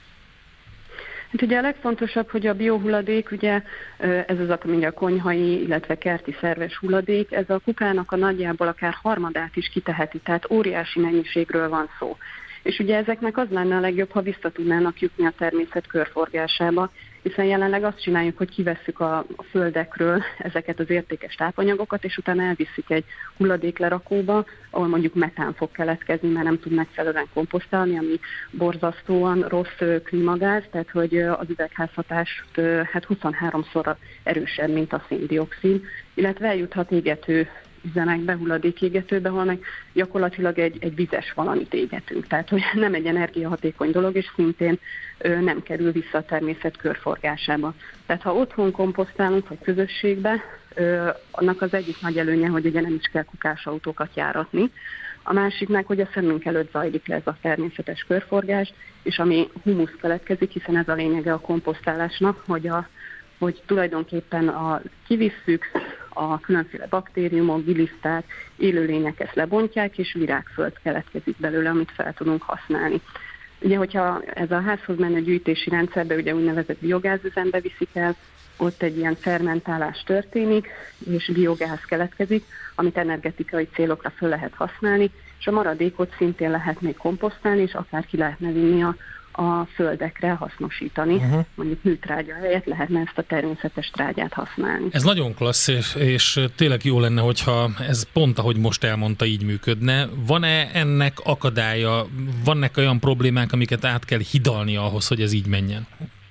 Speaker 8: Hát ugye a legfontosabb, hogy a biohulladék, ugye ez az a, a konyhai, illetve kerti szerves hulladék, ez a kukának a nagyjából akár harmadát is kiteheti, tehát óriási mennyiségről van szó. És ugye ezeknek az lenne a legjobb, ha vissza tudnának jutni a természet körforgásába, hiszen jelenleg azt csináljuk, hogy kivesszük a, a földekről ezeket az értékes tápanyagokat, és utána elvisszük egy hulladéklerakóba, ahol mondjuk metán fog keletkezni, mert nem tud megfelelően komposztálni, ami borzasztóan rossz klímagáz, tehát hogy az üvegházhatást hát huszonháromszor erősebb, mint a széndioxid, illetve eljuthat égető üzemekbe, hulladékégetőbe, ahol meg gyakorlatilag egy, egy vizes valamit égetünk. Tehát, hogy nem egy energiahatékony dolog, és szintén ö, nem kerül vissza a természet körforgásába. Tehát, ha otthon komposztálunk, vagy közösségbe, ö, annak az egyik nagy előnye, hogy ugye nem is kell kukásautókat járatni. A másik meg, hogy a szemünk előtt zajlik le ez a természetes körforgás, és ami humusz keletkezik, hiszen ez a lényege a komposztálásnak, hogy a hogy tulajdonképpen a, kivisszük, a különféle baktériumok, giliszták, élőlények ezt lebontják, és virágföld keletkezik belőle, amit fel tudunk használni. Ugye, hogyha ez a házhoz menő gyűjtési rendszerbe, ugye úgynevezett biogázüzembe viszik el, ott egy ilyen fermentálás történik, és biogáz keletkezik, amit energetikai célokra föl lehet használni, és a maradékot szintén lehet még komposztálni, és akár ki lehetne vinni a, a földekre hasznosítani. Uh-huh. Mondjuk műtrágya helyett lehetne ezt a természetes trágyát használni.
Speaker 4: Ez nagyon klassz, és, és tényleg jó lenne, hogyha ez pont, ahogy most elmondta, így működne. Van-e ennek akadálya, vannak olyan problémák, amiket át kell hidalni ahhoz, hogy ez így menjen?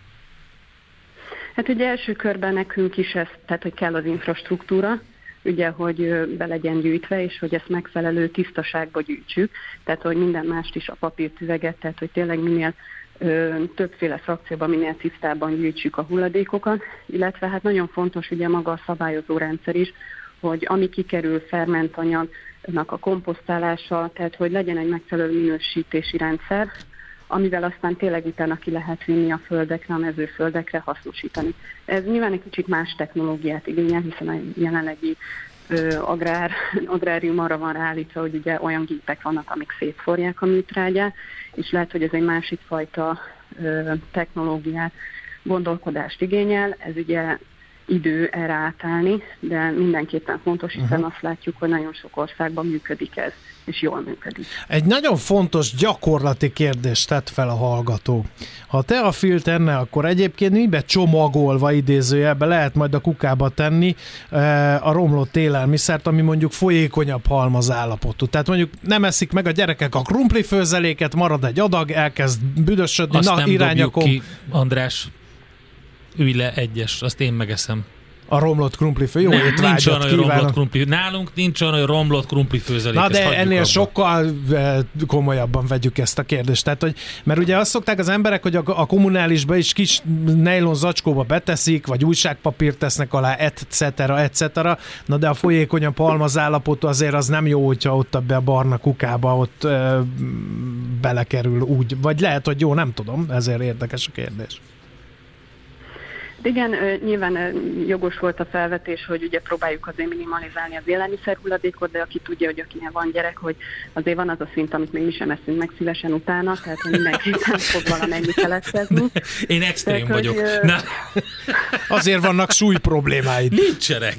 Speaker 8: Hát ugye első körben nekünk is ez, tehát hogy kell az infrastruktúra, ugye, hogy be legyen gyűjtve, és hogy ezt megfelelő tisztaságba gyűjtsük, tehát hogy minden mást is, a papírtüveget, tehát hogy tényleg minél ö, többféle frakcióban minél tisztában gyűjtsük a hulladékokat, illetve hát nagyon fontos ugye maga a szabályozó rendszer is, hogy ami kikerül fermentanyagnak a komposztálása, tehát hogy legyen egy megfelelő minősítési rendszer, amivel aztán tényleg utána ki lehet vinni a földekre, a mezőföldekre, hasznosítani. Ez nyilván egy kicsit más technológiát igényel, hiszen a jelenlegi ö, agrár, agrárium arra van ráállítva, hogy ugye olyan gépek vannak, amik szétforják a műtrágyát, és lehet, hogy ez egy másik fajta ö, technológiát, gondolkodást igényel. Ez ugye idő erre átállni, de mindenképpen fontos, hiszen uh-huh. azt látjuk, hogy nagyon sok országban működik ez, és jól működik.
Speaker 5: Egy nagyon fontos gyakorlati kérdést tett fel a hallgató. Ha a teafilt enne, akkor egyébként mibe csomagolva idézőjelbe lehet majd a kukába tenni a romlott élelmiszert, ami mondjuk folyékonyabb halmazállapotú. Tehát mondjuk nem eszik meg a gyerekek a krumplifőzeléket, marad egy adag, elkezd büdösödni,
Speaker 4: azt
Speaker 5: na
Speaker 4: nem
Speaker 5: irányakom.
Speaker 4: Ki, András. Ülj le egyes, azt én megeszem.
Speaker 5: A romlott krumplifő, jó étvágyat
Speaker 4: nincs olyan, hogy romlott krumpli. Nálunk nincs olyan, hogy romlott krumplifőzelék.
Speaker 5: Na de ennél
Speaker 4: abba.
Speaker 5: sokkal komolyabban vegyük ezt a kérdést. Tehát, hogy, mert ugye azt szokták az emberek, hogy a, a kommunálisba is kis nejlon zacskóba beteszik, vagy újságpapírt tesznek alá, et cetera, et cetera. Na de a folyékonyabb halmazállapotú azért az nem jó, hogyha ott abba a barna kukába ott ö, belekerül úgy. Vagy lehet, hogy jó, nem tudom, ezért érdekes a kérdés.
Speaker 8: Igen, nyilván jogos volt a felvetés, hogy ugye próbáljuk azért minimalizálni az élelmiszerhulladékot, de aki tudja, hogy akinek van gyerek, hogy azért van az a szint, amit még mi sem eszünk meg szívesen utána, tehát mindenképpen fog valamennyi keletkezni.
Speaker 4: Én extrém tehát, vagyok. Hogy,
Speaker 5: Na. Azért vannak súly problémáid.
Speaker 4: Nincsenek.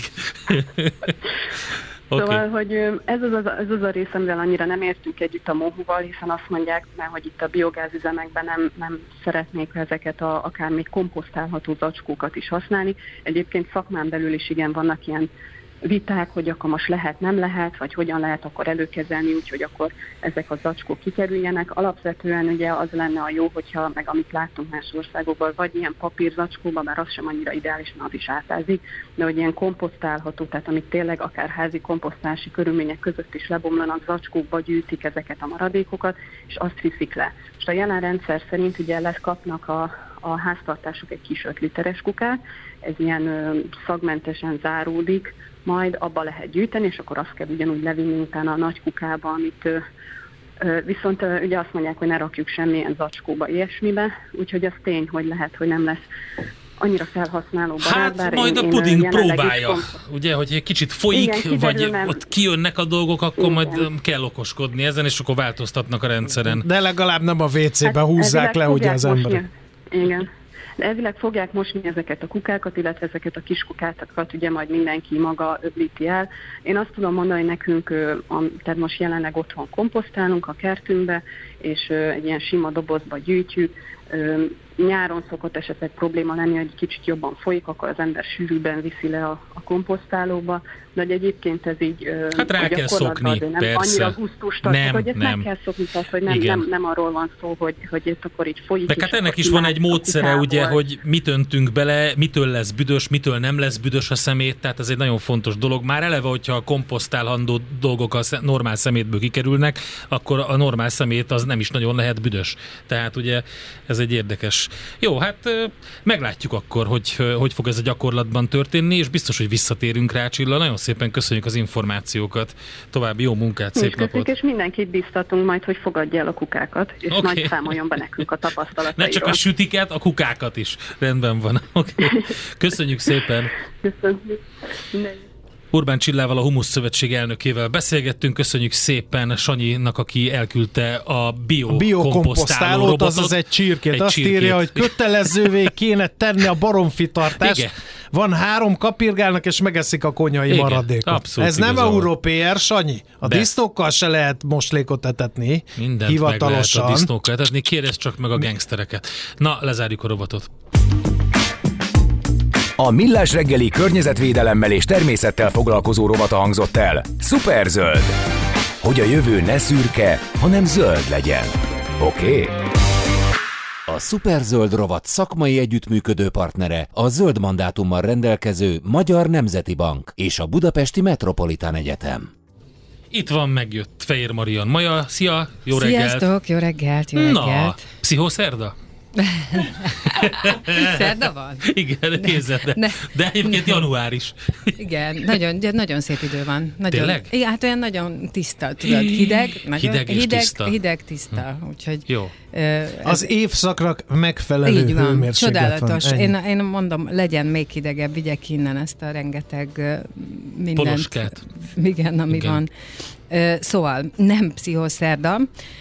Speaker 8: Szóval, okay. hogy ez az, az, ez az a rész, amivel annyira nem értünk együtt a mohuval, hiszen azt mondják, mert hogy itt a biogázüzemekben nem, nem szeretnék ezeket a, akár még komposztálható zacskókat is használni. Egyébként szakmán belül is igen vannak ilyen viták, hogy akkor most lehet, nem lehet, vagy hogyan lehet akkor előkezelni, úgyhogy akkor ezek a zacskók kikerüljenek. Alapvetően ugye az lenne a jó, hogyha meg amit láttunk más országokban, vagy ilyen papírzacskóban, bár az sem annyira ideális, mert az is átázik, de hogy ilyen komposztálható, tehát amit tényleg akár házi komposztálási körülmények között is lebomlanak, zacskókba gyűjtik ezeket a maradékokat, és azt viszik le. És a jelen rendszer szerint ugye lesz kapnak a, a háztartások egy kis öt literes kukát, ez ilyen ö, szagmentesen záródik, majd abba lehet gyűjteni, és akkor azt kell ugyanúgy levinni utána a nagy kukába, amit ö, ö, viszont ö, ugye azt mondják, hogy ne rakjuk semmilyen zacskóba, ilyesmibe, úgyhogy az tény, hogy lehet, hogy nem lesz annyira felhasználó barát.
Speaker 4: Hát majd én, a puding próbálja, ugye, hogy egy kicsit folyik, igen, vagy nem. Ott kijönnek a dolgok, akkor igen. majd kell okoskodni ezen, és akkor változtatnak a rendszeren.
Speaker 5: De legalább nem a vé cébe hát húzzák le ugye az emberek.
Speaker 8: Igen. De elvileg fogják mosni ezeket a kukákat, illetve ezeket a kis kukákat ugye majd mindenki maga öblíti el. Én azt tudom mondani, hogy nekünk, tehát most jelenleg otthon komposztálunk a kertünkbe, és egy ilyen sima dobozba gyűjtjük. Nyáron szokott esetleg probléma lenni, hogy kicsit jobban folyik, akkor az ember sűrűbben viszi le a, a komposztálóba, de hogy egyébként ez így
Speaker 4: hát rá kell szokni,
Speaker 8: nem
Speaker 4: persze.
Speaker 8: Annyira gusztus tart, hogy ezt nem. meg kell szokni, tehát hogy nem, nem, nem arról van szó, hogy, hogy ez akkor így folyik.
Speaker 4: De hát ennek is van egy módszere, ugye, hogy mit öntünk bele, mitől lesz büdös, mitől nem lesz büdös a szemét, tehát ez egy nagyon fontos dolog. Már eleve, hogyha a komposztálhandó dolgok a normál szemétből kikerülnek, akkor a normál szemét az nem is nagyon lehet büdös. Tehát ugye ez egy érdekes. Jó, hát meglátjuk akkor, hogy hogy fog ez a gyakorlatban történni, és biztos, hogy visszatérünk rá, Csilla. Nagyon szépen köszönjük az információkat. További jó munkát, szép napot.
Speaker 8: Köszönjük, és mindenkit biztatunk majd, hogy fogadja el a kukákat, és okay. majd számoljon be nekünk a tapasztalatairól.
Speaker 4: Ne csak a sütiket, a kukákat is. Rendben van. Okay. Köszönjük szépen.
Speaker 8: Köszönjük.
Speaker 4: Urbán Csillával, a Humusz Szövetség elnökével beszélgettünk. Köszönjük szépen Sanyinak, aki elküldte a biokomposztáló robotot.
Speaker 5: Azaz egy csirkét.
Speaker 4: Egy
Speaker 5: Azt
Speaker 4: csirkét.
Speaker 5: írja, hogy kötelezővé kéne tenni a baromfitartást. Igen. van három, kapirgálnak és megeszik a konyhai
Speaker 4: Igen,
Speaker 5: maradékot.
Speaker 4: abszolút
Speaker 5: Ez nem
Speaker 4: igazol.
Speaker 5: Európér, Sanyi. A
Speaker 4: De.
Speaker 5: disznókkal se lehet moslékot etetni.
Speaker 4: Mindent
Speaker 5: hivatalosan.
Speaker 4: meg lehet a disznókkal etetni, kérdezz csak meg a gangstereket. Na, lezárjuk a robotot.
Speaker 1: A Millás reggeli környezetvédelemmel és természettel foglalkozó rovata hangzott el. Szuperzöld! Hogy a jövő ne szürke, hanem zöld legyen. Oké? Okay?
Speaker 2: A Szuperzöld rovat szakmai együttműködő partnere a zöld mandátummal rendelkező Magyar Nemzeti Bank és a Budapesti Metropolitán Egyetem.
Speaker 4: Itt van, megjött Fejér Marian Maja. Szia, jó reggelt!
Speaker 9: Sziasztok, jó reggelt, jó
Speaker 4: Na,
Speaker 9: reggelt!
Speaker 4: pszichoszerda?
Speaker 9: Szerda van?
Speaker 4: Igen, kézzel, de,
Speaker 9: Ne.
Speaker 4: de egyébként január is.
Speaker 9: Igen, nagyon, nagyon szép idő van. Nagyon,
Speaker 4: Tényleg?
Speaker 9: Igen, hát olyan nagyon tiszta, tudod, hideg, nagyon,
Speaker 4: Hideg és
Speaker 9: hideg,
Speaker 4: tiszta.
Speaker 9: hideg, tiszta, úgyhogy...
Speaker 4: Jó.
Speaker 9: ö, ez-
Speaker 5: Az évszaknak megfelelő
Speaker 9: így van,
Speaker 5: hőmérséklet
Speaker 9: csodálatos.
Speaker 5: van.
Speaker 9: Én, én mondom, legyen még hidegebb, vigyek innen ezt a rengeteg ö, mindent.
Speaker 4: Poloskát.
Speaker 9: Igen, ami
Speaker 4: Igen.
Speaker 9: van. Ö, Szóval nem pszichoszerda.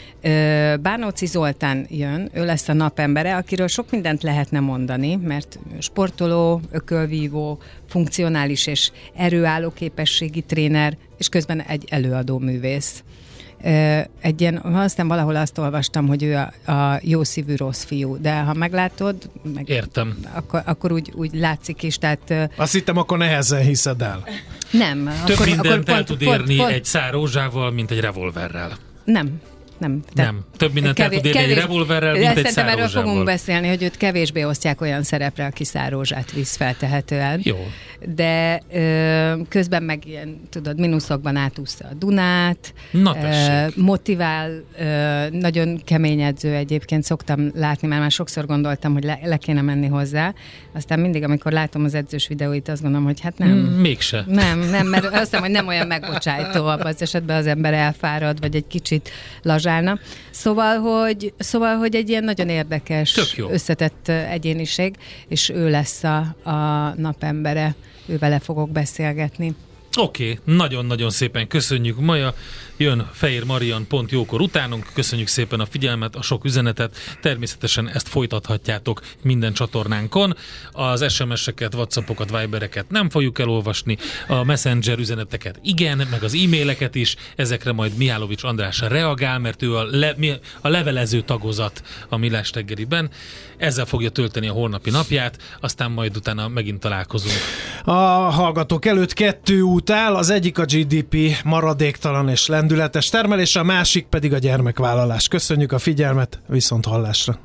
Speaker 9: Ö, Bánóci Zoltán jön, ő lesz a napembere, akiről sok mindent lehetne mondani, mert sportoló, ökölvívó, funkcionális és erőálló képességi tréner, és közben egy előadó művész. Ö, Egy ilyen, aztán valahol azt olvastam, hogy ő a, a jó szívű rossz fiú, de ha meglátod, meg,
Speaker 4: Értem.
Speaker 9: akkor, akkor úgy, úgy látszik is, tehát ö,
Speaker 5: Azt hittem, akkor nehezen hiszed el.
Speaker 9: nem.
Speaker 4: Több
Speaker 9: akkor,
Speaker 4: mindent
Speaker 9: akkor
Speaker 4: el
Speaker 9: pont-
Speaker 4: tud
Speaker 9: pont-
Speaker 4: érni
Speaker 9: pont-
Speaker 4: egy szár rózsával, mint egy revolverrel.
Speaker 9: Nem. Nem. Te-
Speaker 4: Nem. Több mindent el tud érni egy revolverrel, mint egy
Speaker 9: Szerintem
Speaker 4: szár
Speaker 9: erről
Speaker 4: rózsával.
Speaker 9: fogunk beszélni, hogy őt kevésbé osztják olyan szerepre, aki szárrózsát visz feltehetően.
Speaker 4: Jó.
Speaker 9: De ö, közben meg ilyen, tudod, mínuszokban átúszta a Dunát,
Speaker 4: Na
Speaker 9: ö,
Speaker 4: tessék.
Speaker 9: motivál, ö, nagyon kemény edző egyébként, szoktam látni, mert már sokszor gondoltam, hogy le, le kéne menni hozzá. Aztán mindig, amikor látom az edzős videóit, azt gondolom, hogy hát nem.
Speaker 4: Mm, Mégse.
Speaker 9: Nem, nem, mert azt hiszem, hogy nem olyan megbocsájtó, abban az esetben az ember elfárad, vagy egy kicsit lazsálna. Szóval, hogy, szóval, hogy egy ilyen nagyon érdekes,
Speaker 4: Tök jó.
Speaker 9: összetett egyéniség, és ő lesz a, a napembere, ő vele fogok beszélgetni.
Speaker 4: Oké, okay, nagyon-nagyon szépen köszönjük, Maja. Jön Fejér Marian pont jókor utánunk. Köszönjük szépen a figyelmet, a sok üzenetet. Természetesen ezt folytathatjátok minden csatornánkon. Az es em es-eket, WhatsAppokat, Vibereket nem fogjuk elolvasni. A Messenger üzeneteket igen, meg az e-maileket is. Ezekre majd Mihálovics András reagál, mert ő a, le, a levelező tagozat a Millás reggeliben. Ezzel fogja tölteni a holnapi napját, aztán majd utána megint találkozunk.
Speaker 5: A hallgatók előtt kettő út áll, az egyik a gé dé pé maradéktalan és lendületes termelés, a másik pedig a gyermekvállalás. Köszönjük a figyelmet, viszont hallásra!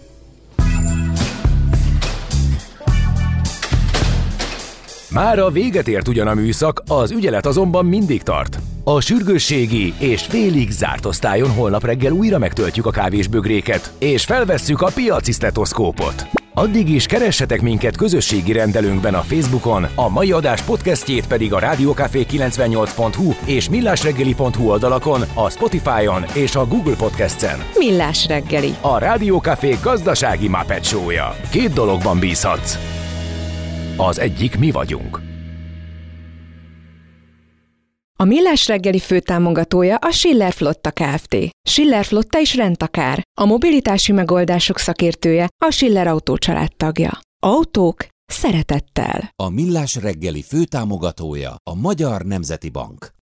Speaker 1: Mára véget ért ugyan a műszak, az ügyelet azonban mindig tart. A sürgősségi és félig zárt osztályon holnap reggel újra megtöltjük a kávésbögréket, és felvesszük a piaci sztetoszkópot. Addig is keressetek minket közösségi rendelőnkben a Facebookon, a mai adás podcastjét pedig a rádiókafé kilencvennyolc pont hu és millásreggeli pont hu oldalakon, a Spotify-on és a Google Podcast-en.
Speaker 3: Millás reggeli.
Speaker 1: A Rádiókafé gazdasági Muppet show-ja. Két dologban bízhatsz. Az egyik mi vagyunk.
Speaker 3: A Millás reggeli főtámogatója a Schiller Flotta Kft. Schiller Flotta is rendtakár. A mobilitási megoldások szakértője, a Schiller Autó család tagja. Autók szeretettel.
Speaker 2: A Millás reggeli főtámogatója a Magyar Nemzeti Bank.